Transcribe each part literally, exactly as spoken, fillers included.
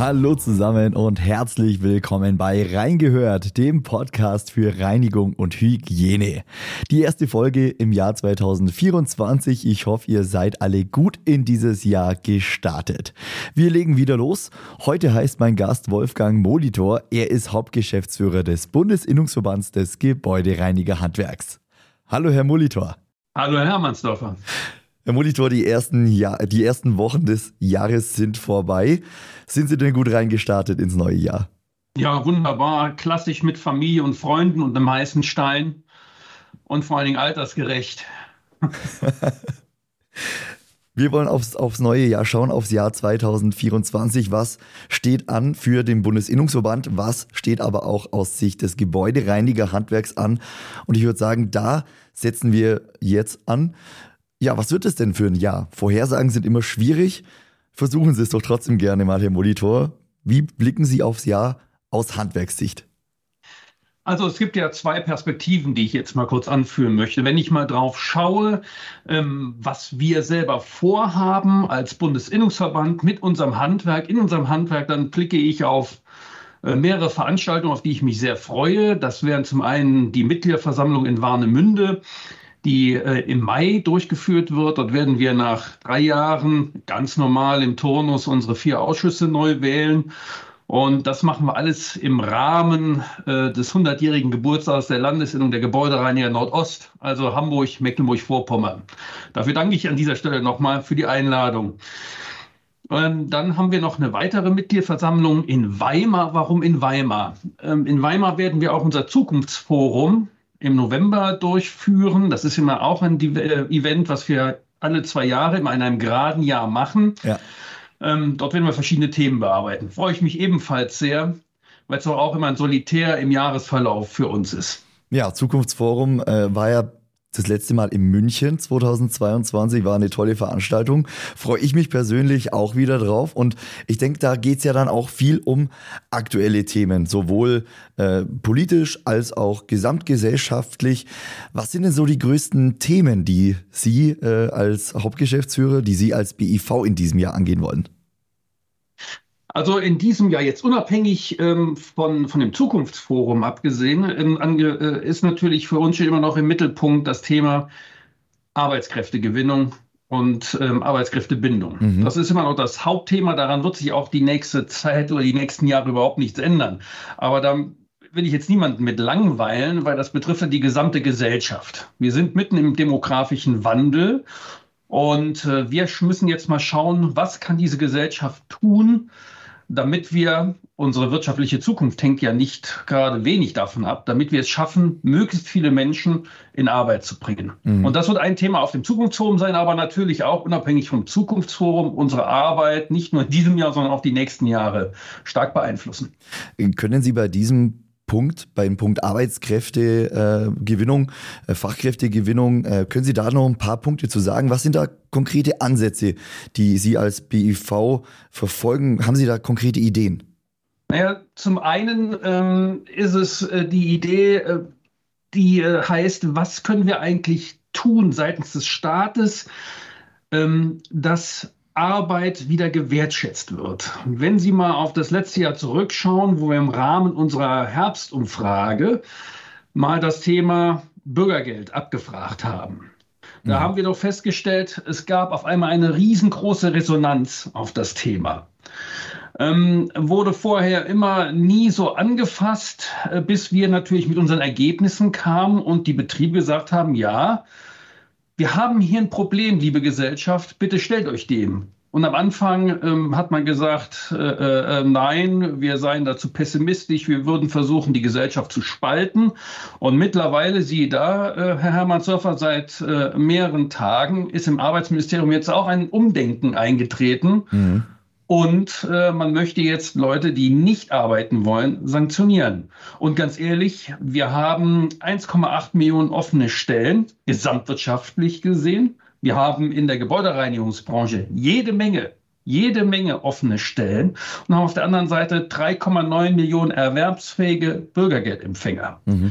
Hallo zusammen und herzlich willkommen bei Reingehört, dem Podcast für Reinigung und Hygiene. Die erste Folge im Jahr zwanzig vierundzwanzig. Ich hoffe, ihr seid alle gut in dieses Jahr gestartet. Wir legen wieder los. Heute heißt mein Gast Wolfgang Molitor. Er ist Hauptgeschäftsführer des Bundesinnungsverbands des Gebäudereinigerhandwerks. Hallo Herr Molitor. Hallo Herr Hermannsdorfer. Herr Molitor, die ersten, Jahr, die ersten Wochen des Jahres sind vorbei. Sind Sie denn gut reingestartet ins neue Jahr? Ja, wunderbar. Klassisch mit Familie und Freunden und einem heißen Stein und vor allen Dingen altersgerecht. Wir wollen aufs, aufs neue Jahr schauen, aufs Jahr zwanzig vierundzwanzig. Was steht an für den Bundesinnungsverband? Was steht aber auch aus Sicht des Gebäudereinigerhandwerks an? Und ich würde sagen, da setzen wir jetzt an. Ja, was wird es denn für ein Jahr? Vorhersagen sind immer schwierig. Versuchen Sie es doch trotzdem gerne mal, Herr Molitor. Wie blicken Sie aufs Jahr aus Handwerkssicht? Also es gibt ja zwei Perspektiven, die ich jetzt mal kurz anführen möchte. Wenn ich mal drauf schaue, ähm, was wir selber vorhaben als Bundesinnungsverband mit unserem Handwerk, in unserem Handwerk, dann blicke ich auf äh, mehrere Veranstaltungen, auf die ich mich sehr freue. Das wären zum einen die Mitgliederversammlung in Warnemünde, die äh, im Mai durchgeführt wird. Dort werden wir nach drei Jahren ganz normal im Turnus unsere vier Ausschüsse neu wählen. Und das machen wir alles im Rahmen äh, des hundertjährigen Geburtstags der Landesinnung der Gebäudereiniger Nordost, also Hamburg, Mecklenburg-Vorpommern. Dafür danke ich an dieser Stelle nochmal für die Einladung. Ähm, dann haben wir noch eine weitere Mitgliederversammlung in Weimar. Warum in Weimar? Ähm, in Weimar werden wir auch unser Zukunftsforum im November durchführen. Das ist immer auch ein Event, was wir alle zwei Jahre in einem geraden Jahr machen. Ja. Ähm, dort werden wir verschiedene Themen bearbeiten. Freue ich mich ebenfalls sehr, weil es auch immer ein Solitär im Jahresverlauf für uns ist. Ja, Zukunftsforum äh, war ja das letzte Mal in München zweitausendzweiundzwanzig, war eine tolle Veranstaltung. Freue ich mich persönlich auch wieder drauf. Und ich denke, da geht es ja dann auch viel um aktuelle Themen, sowohl äh, politisch als auch gesamtgesellschaftlich. Was sind denn so die größten Themen, die Sie äh, als Hauptgeschäftsführer, die Sie als B I V in diesem Jahr angehen wollen? Also in diesem Jahr jetzt unabhängig ähm, von, von dem Zukunftsforum abgesehen, ähm, ange, äh, ist natürlich für uns schon immer noch im Mittelpunkt das Thema Arbeitskräftegewinnung und ähm, Arbeitskräftebindung. Mhm. Das ist immer noch das Hauptthema. Daran wird sich auch die nächste Zeit oder die nächsten Jahre überhaupt nichts ändern. Aber da will ich jetzt niemanden mit langweilen, weil das betrifft ja die gesamte Gesellschaft. Wir sind mitten im demografischen Wandel. Und äh, wir müssen jetzt mal schauen, was kann diese Gesellschaft tun, damit wir, unsere wirtschaftliche Zukunft hängt ja nicht gerade wenig davon ab, damit wir es schaffen, möglichst viele Menschen in Arbeit zu bringen. Mhm. Und das wird ein Thema auf dem Zukunftsforum sein, aber natürlich auch unabhängig vom Zukunftsforum unsere Arbeit nicht nur in diesem Jahr, sondern auch die nächsten Jahre stark beeinflussen. Können Sie bei diesem Punkt, beim Punkt Arbeitskräftegewinnung, äh, äh, Fachkräftegewinnung, äh, können Sie da noch ein paar Punkte zu sagen? Was sind da konkrete Ansätze, die Sie als B I V verfolgen? Haben Sie da konkrete Ideen? Naja, zum einen ähm, ist es äh, die Idee, äh, die äh, heißt, was können wir eigentlich tun seitens des Staates, ähm, dass Arbeit wieder gewertschätzt wird. Wenn Sie mal auf das letzte Jahr zurückschauen, wo wir im Rahmen unserer Herbstumfrage mal das Thema Bürgergeld abgefragt haben. Da mhm. haben wir doch festgestellt, es gab auf einmal eine riesengroße Resonanz auf das Thema. Ähm, wurde vorher immer nie so angefasst, äh, bis wir natürlich mit unseren Ergebnissen kamen und die Betriebe gesagt haben, ja, wir haben hier ein Problem, liebe Gesellschaft, bitte stellt euch dem. Und am Anfang ähm, hat man gesagt, äh, äh, nein, wir seien dazu pessimistisch, wir würden versuchen, die Gesellschaft zu spalten. Und mittlerweile, siehe da, äh, Herr Hermannsdorfer, seit äh, mehreren Tagen ist im Arbeitsministerium jetzt auch ein Umdenken eingetreten. Mhm. Und äh, man möchte jetzt Leute, die nicht arbeiten wollen, sanktionieren. Und ganz ehrlich, wir haben eins Komma acht Millionen offene Stellen, gesamtwirtschaftlich gesehen. Wir haben in der Gebäudereinigungsbranche jede Menge, jede Menge offene Stellen und haben auf der anderen Seite drei Komma neun Millionen erwerbsfähige Bürgergeldempfänger. Mhm.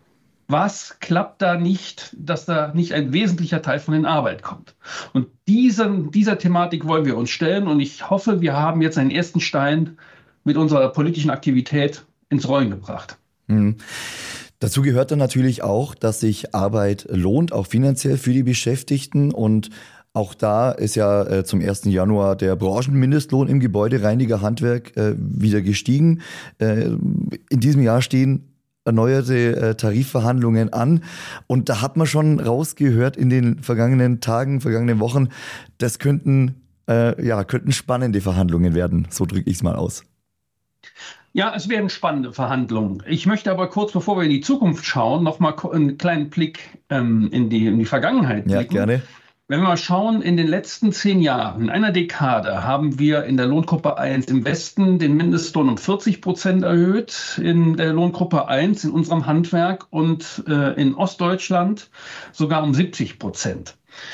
Was klappt da nicht, dass da nicht ein wesentlicher Teil von den Arbeit kommt? Und diesen, dieser Thematik wollen wir uns stellen und ich hoffe, wir haben jetzt einen ersten Stein mit unserer politischen Aktivität ins Rollen gebracht. Mhm. Dazu gehört dann natürlich auch, dass sich Arbeit lohnt, auch finanziell für die Beschäftigten. Und auch da ist ja äh, zum ersten Januar der Branchenmindestlohn im Gebäudereinigerhandwerk äh, wieder gestiegen. Äh, in diesem Jahr stehen erneuerte äh, Tarifverhandlungen an. Und da hat man schon rausgehört in den vergangenen Tagen, vergangenen Wochen, das könnten, äh, ja, könnten spannende Verhandlungen werden. So drücke ich es mal aus. Ja, es werden spannende Verhandlungen. Ich möchte aber kurz, bevor wir in die Zukunft schauen, noch mal einen kleinen Blick ähm, in die, in die Vergangenheit blicken. Ja, gerne. Wenn wir mal schauen, in den letzten zehn Jahren, in einer Dekade, haben wir in der Lohngruppe eins im Westen den Mindestlohn um vierzig Prozent erhöht, in der Lohngruppe eins in unserem Handwerk und äh, in Ostdeutschland sogar um siebzig Prozent.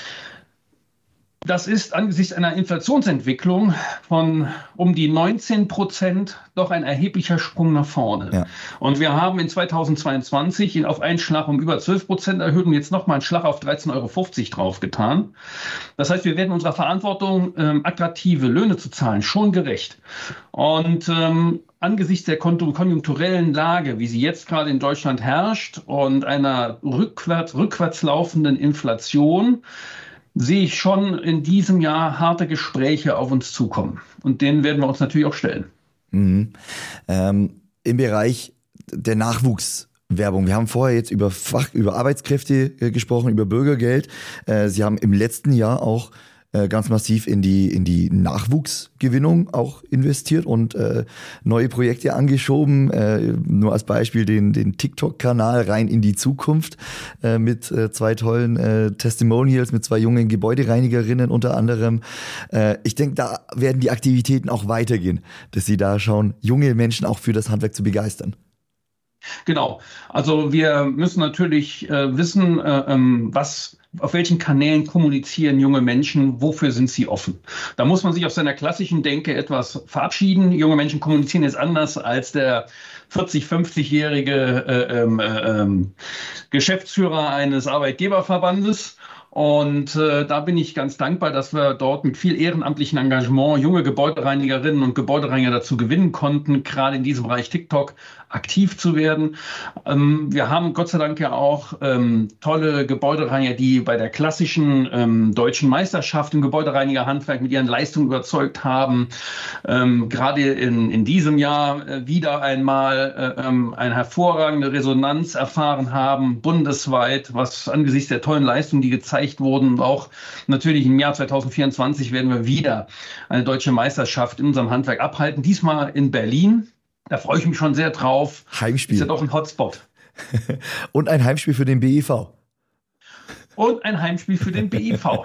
Das ist angesichts einer Inflationsentwicklung von um die neunzehn Prozent doch ein erheblicher Sprung nach vorne. Ja. Und wir haben in zweitausendzweiundzwanzig ihn auf einen Schlag um über zwölf Prozent erhöht und jetzt nochmal einen Schlag auf dreizehn Euro fünfzig draufgetan. Das heißt, wir werden unserer Verantwortung, ähm, attraktive Löhne zu zahlen, schon gerecht. Und ähm, angesichts der konjunkturellen Lage, wie sie jetzt gerade in Deutschland herrscht und einer rückwärts, rückwärts laufenden Inflation, sehe ich schon in diesem Jahr harte Gespräche auf uns zukommen. Und denen werden wir uns natürlich auch stellen. Mhm. Ähm, im Bereich der Nachwuchswerbung. Wir haben vorher jetzt über Fach, über Arbeitskräfte äh, gesprochen, über Bürgergeld. Äh, Sie haben im letzten Jahr auch äh, ganz massiv in die, in die Nachwuchsgewinnung auch investiert und äh, neue Projekte angeschoben. Äh, nur als Beispiel den, den TikTok-Kanal Rein in die Zukunft äh, mit äh, zwei tollen äh, Testimonials, mit zwei jungen Gebäudereinigerinnen unter anderem. Äh, ich denke, da werden die Aktivitäten auch weitergehen, dass Sie da schauen, junge Menschen auch für das Handwerk zu begeistern. Genau. Also wir müssen natürlich äh, wissen, äh, ähm, was auf welchen Kanälen kommunizieren junge Menschen, wofür sind sie offen? Da muss man sich aus seiner klassischen Denke etwas verabschieden. Junge Menschen kommunizieren jetzt anders als der vierzig-, fünfzigjährige äh, äh, äh, Geschäftsführer eines Arbeitgeberverbandes. Und äh, da bin ich ganz dankbar, dass wir dort mit viel ehrenamtlichem Engagement junge Gebäudereinigerinnen und Gebäudereiniger dazu gewinnen konnten, gerade in diesem Bereich TikTok aktiv zu werden. Ähm, wir haben Gott sei Dank ja auch ähm, tolle Gebäudereiniger, die bei der klassischen ähm, deutschen Meisterschaft im Gebäudereinigerhandwerk mit ihren Leistungen überzeugt haben. Ähm, gerade in, in diesem Jahr äh, wieder einmal äh, ähm, eine hervorragende Resonanz erfahren haben, bundesweit, was angesichts der tollen Leistungen, die gezeigt wurden, und auch natürlich im Jahr zweitausendvierundzwanzig werden wir wieder eine deutsche Meisterschaft in unserem Handwerk abhalten, diesmal in Berlin. Da freue ich mich schon sehr drauf. Heimspiel. Ist ja doch ein Hotspot. Und ein Heimspiel für den B I V. Und ein Heimspiel für den B I V.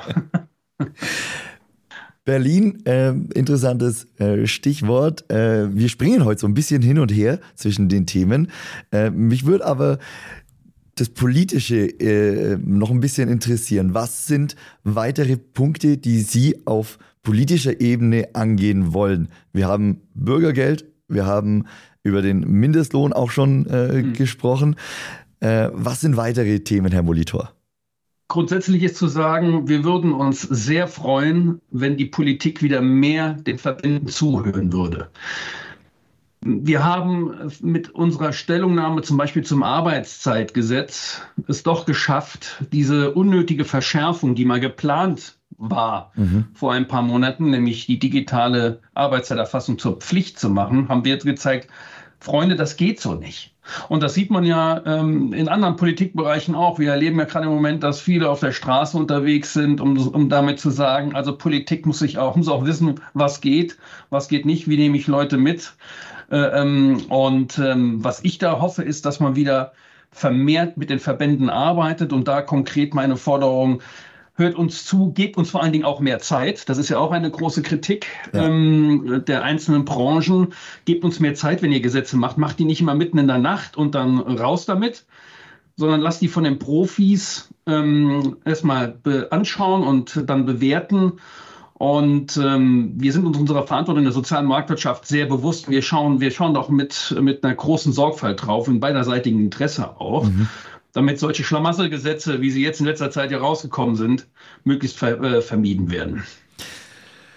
Berlin, äh, interessantes äh, Stichwort. Äh, wir springen heute so ein bisschen hin und her zwischen den Themen. Äh, mich würde aber das Politische äh, noch ein bisschen interessieren. Was sind weitere Punkte, die Sie auf politischer Ebene angehen wollen? Wir haben Bürgergeld, wir haben über den Mindestlohn auch schon äh, mhm. gesprochen. Äh, was sind weitere Themen, Herr Molitor? Grundsätzlich ist zu sagen, wir würden uns sehr freuen, wenn die Politik wieder mehr den Verbänden zuhören würde. Wir haben mit unserer Stellungnahme zum Beispiel zum Arbeitszeitgesetz es doch geschafft, diese unnötige Verschärfung, die mal geplant war mhm. vor ein paar Monaten, nämlich die digitale Arbeitszeiterfassung zur Pflicht zu machen, haben wir jetzt gezeigt, Freunde, das geht so nicht. Und das sieht man ja ähm, in anderen Politikbereichen auch. Wir erleben ja gerade im Moment, dass viele auf der Straße unterwegs sind, um, um damit zu sagen, also Politik muss sich auch, muss auch wissen, was geht, was geht nicht, wie nehme ich Leute mit. Äh, ähm, und ähm, was ich da hoffe, ist, dass man wieder vermehrt mit den Verbänden arbeitet und da konkret meine Forderung: Hört uns zu, gebt uns vor allen Dingen auch mehr Zeit. Das ist ja auch eine große Kritik ja. ähm, der einzelnen Branchen. Gebt uns mehr Zeit, wenn ihr Gesetze macht. Macht die nicht immer mitten in der Nacht und dann raus damit, sondern lasst die von den Profis ähm, erstmal anschauen und dann bewerten. Und ähm, wir sind uns unserer Verantwortung in der sozialen Marktwirtschaft sehr bewusst. Wir schauen, wir schauen doch mit, mit einer großen Sorgfalt drauf, in beiderseitigem Interesse auch. Mhm. Damit solche Schlamassel-Gesetze, wie sie jetzt in letzter Zeit herausgekommen sind, möglichst ver äh, vermieden werden.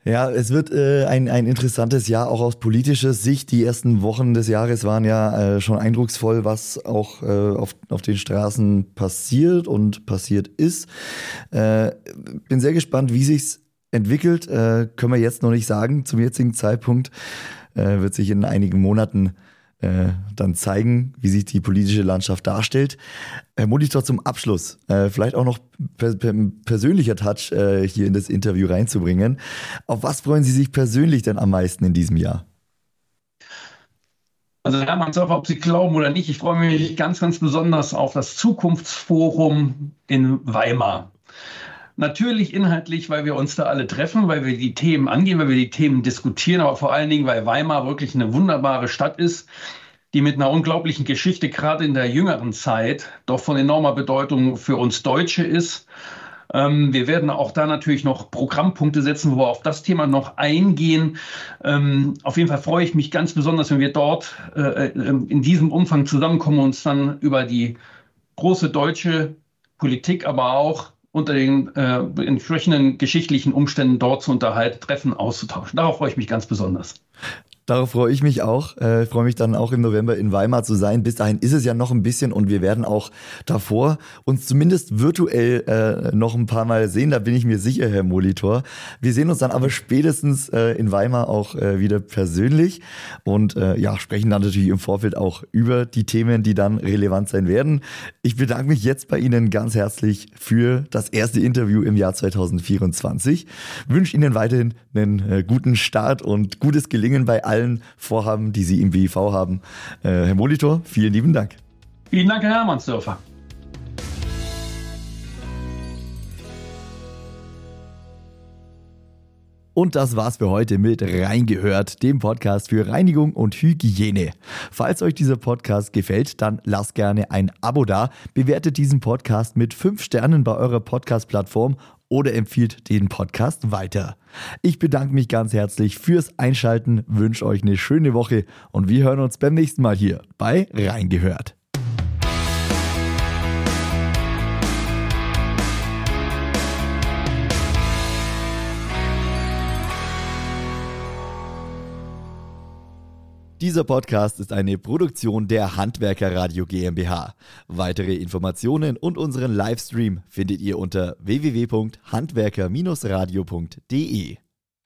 Ja, es wird äh, ein, ein interessantes Jahr, auch aus politischer Sicht. Die ersten Wochen des Jahres waren ja äh, schon eindrucksvoll, was auch äh, auf, auf den Straßen passiert und passiert ist. Äh, bin sehr gespannt, wie sich's entwickelt. Äh, können wir jetzt noch nicht sagen. Zum jetzigen Zeitpunkt äh, wird sich in einigen Monaten äh, dann zeigen, wie sich die politische Landschaft darstellt. Herr Molitor, zum Abschluss, äh, vielleicht auch noch per, per, persönlicher Touch äh, hier in das Interview reinzubringen. Auf was freuen Sie sich persönlich denn am meisten in diesem Jahr? Also Herr Mansdorfer, ob Sie glauben oder nicht, ich freue mich ganz, ganz besonders auf das Zukunftsforum in Weimar. Natürlich inhaltlich, weil wir uns da alle treffen, weil wir die Themen angehen, weil wir die Themen diskutieren, aber vor allen Dingen, weil Weimar wirklich eine wunderbare Stadt ist, die mit einer unglaublichen Geschichte gerade in der jüngeren Zeit doch von enormer Bedeutung für uns Deutsche ist. Ähm, wir werden auch da natürlich noch Programmpunkte setzen, wo wir auf das Thema noch eingehen. Ähm, auf jeden Fall freue ich mich ganz besonders, wenn wir dort äh, in diesem Umfang zusammenkommen und uns dann über die große deutsche Politik, aber auch unter den äh, entsprechenden geschichtlichen Umständen dort zu unterhalten, treffen, auszutauschen. Darauf freue ich mich ganz besonders. Darauf freue ich mich auch. Ich äh, freue mich dann auch im November in Weimar zu sein. Bis dahin ist es ja noch ein bisschen und wir werden auch davor uns zumindest virtuell äh, noch ein paar Mal sehen. Da bin ich mir sicher, Herr Molitor. Wir sehen uns dann aber spätestens äh, in Weimar auch äh, wieder persönlich und äh, ja, sprechen dann natürlich im Vorfeld auch über die Themen, die dann relevant sein werden. Ich bedanke mich jetzt bei Ihnen ganz herzlich für das erste Interview im Jahr zwanzig vierundzwanzig. Wünsche Ihnen weiterhin einen äh, guten Start und gutes Gelingen bei allen Vorhaben, die Sie im W I V haben. Äh, Herr Molitor, vielen lieben Dank. Vielen Dank, Herr Hermannsdorfer. Und das war's für heute mit Reingehört, dem Podcast für Reinigung und Hygiene. Falls euch dieser Podcast gefällt, dann lasst gerne ein Abo da, bewertet diesen Podcast mit fünf Sternen bei eurer Podcast-Plattform oder empfiehlt den Podcast weiter. Ich bedanke mich ganz herzlich fürs Einschalten, wünsche euch eine schöne Woche und wir hören uns beim nächsten Mal hier bei Reingehört. Dieser Podcast ist eine Produktion der Handwerker Radio GmbH. Weitere Informationen und unseren Livestream findet ihr unter w w w punkt handwerker Bindestrich radio punkt d e.